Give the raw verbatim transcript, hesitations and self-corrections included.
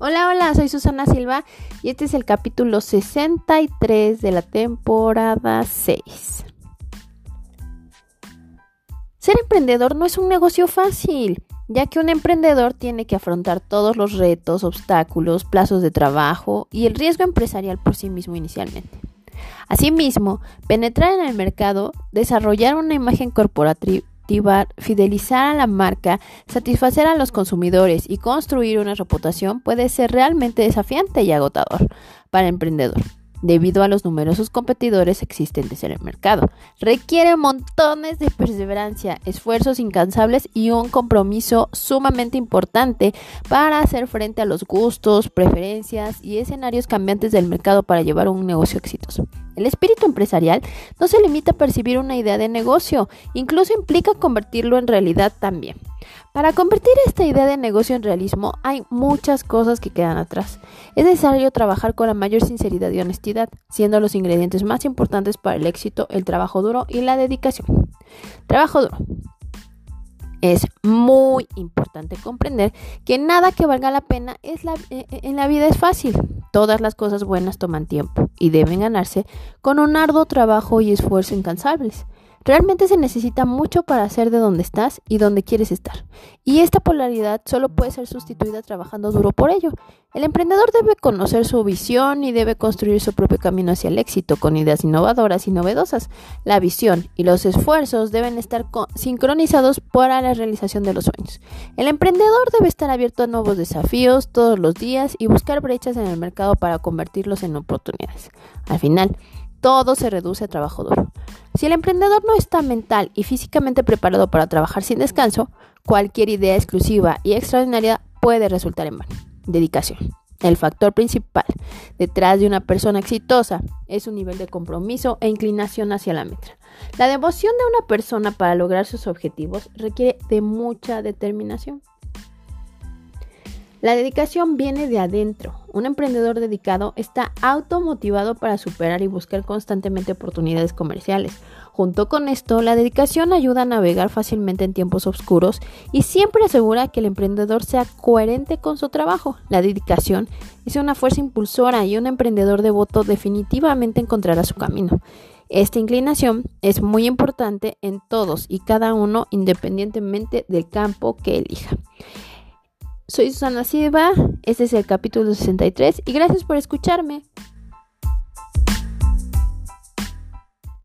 Hola, hola, soy Susana Silva y este es el capítulo sesenta y tres de la temporada seis. Ser emprendedor no es un negocio fácil, ya que un emprendedor tiene que afrontar todos los retos, obstáculos, plazos de trabajo y el riesgo empresarial por sí mismo inicialmente. Asimismo, penetrar en el mercado, desarrollar una imagen corporativa, fidelizar a la marca, satisfacer a los consumidores y construir una reputación puede ser realmente desafiante y agotador para el emprendedor, debido a los numerosos competidores existentes en el mercado. Requiere montones de perseverancia, esfuerzos incansables y un compromiso sumamente importante para hacer frente a los gustos, preferencias y escenarios cambiantes del mercado para llevar un negocio exitoso. El espíritu empresarial no se limita a percibir una idea de negocio, incluso implica convertirlo en realidad también. Para convertir esta idea de negocio en realismo hay muchas cosas que quedan atrás. Es necesario trabajar con la mayor sinceridad y honestidad, siendo los ingredientes más importantes para el éxito el trabajo duro y la dedicación. Trabajo duro. Es muy importante comprender que nada que valga la pena es la, eh, en la vida es fácil. Todas las cosas buenas toman tiempo y deben ganarse con un arduo trabajo y esfuerzo incansables. Realmente se necesita mucho para hacer de donde estás y donde quieres estar. Y esta polaridad solo puede ser sustituida trabajando duro por ello. El emprendedor debe conocer su visión y debe construir su propio camino hacia el éxito con ideas innovadoras y novedosas. La visión y los esfuerzos deben estar sincronizados para la realización de los sueños. El emprendedor debe estar abierto a nuevos desafíos todos los días y buscar brechas en el mercado para convertirlos en oportunidades. Al final, todo se reduce a trabajo duro. Si el emprendedor no está mental y físicamente preparado para trabajar sin descanso, cualquier idea exclusiva y extraordinaria puede resultar en vano. Dedicación. El factor principal detrás de una persona exitosa es su nivel de compromiso e inclinación hacia la meta. La devoción de una persona para lograr sus objetivos requiere de mucha determinación. La dedicación viene de adentro. Un emprendedor dedicado está automotivado para superar y buscar constantemente oportunidades comerciales. Junto con esto, la dedicación ayuda a navegar fácilmente en tiempos oscuros y siempre asegura que el emprendedor sea coherente con su trabajo. La dedicación es una fuerza impulsora y un emprendedor devoto definitivamente encontrará su camino. Esta inclinación es muy importante en todos y cada uno independientemente del campo que elija. Soy Susana Silva, este es el capítulo sesenta y tres y gracias por escucharme.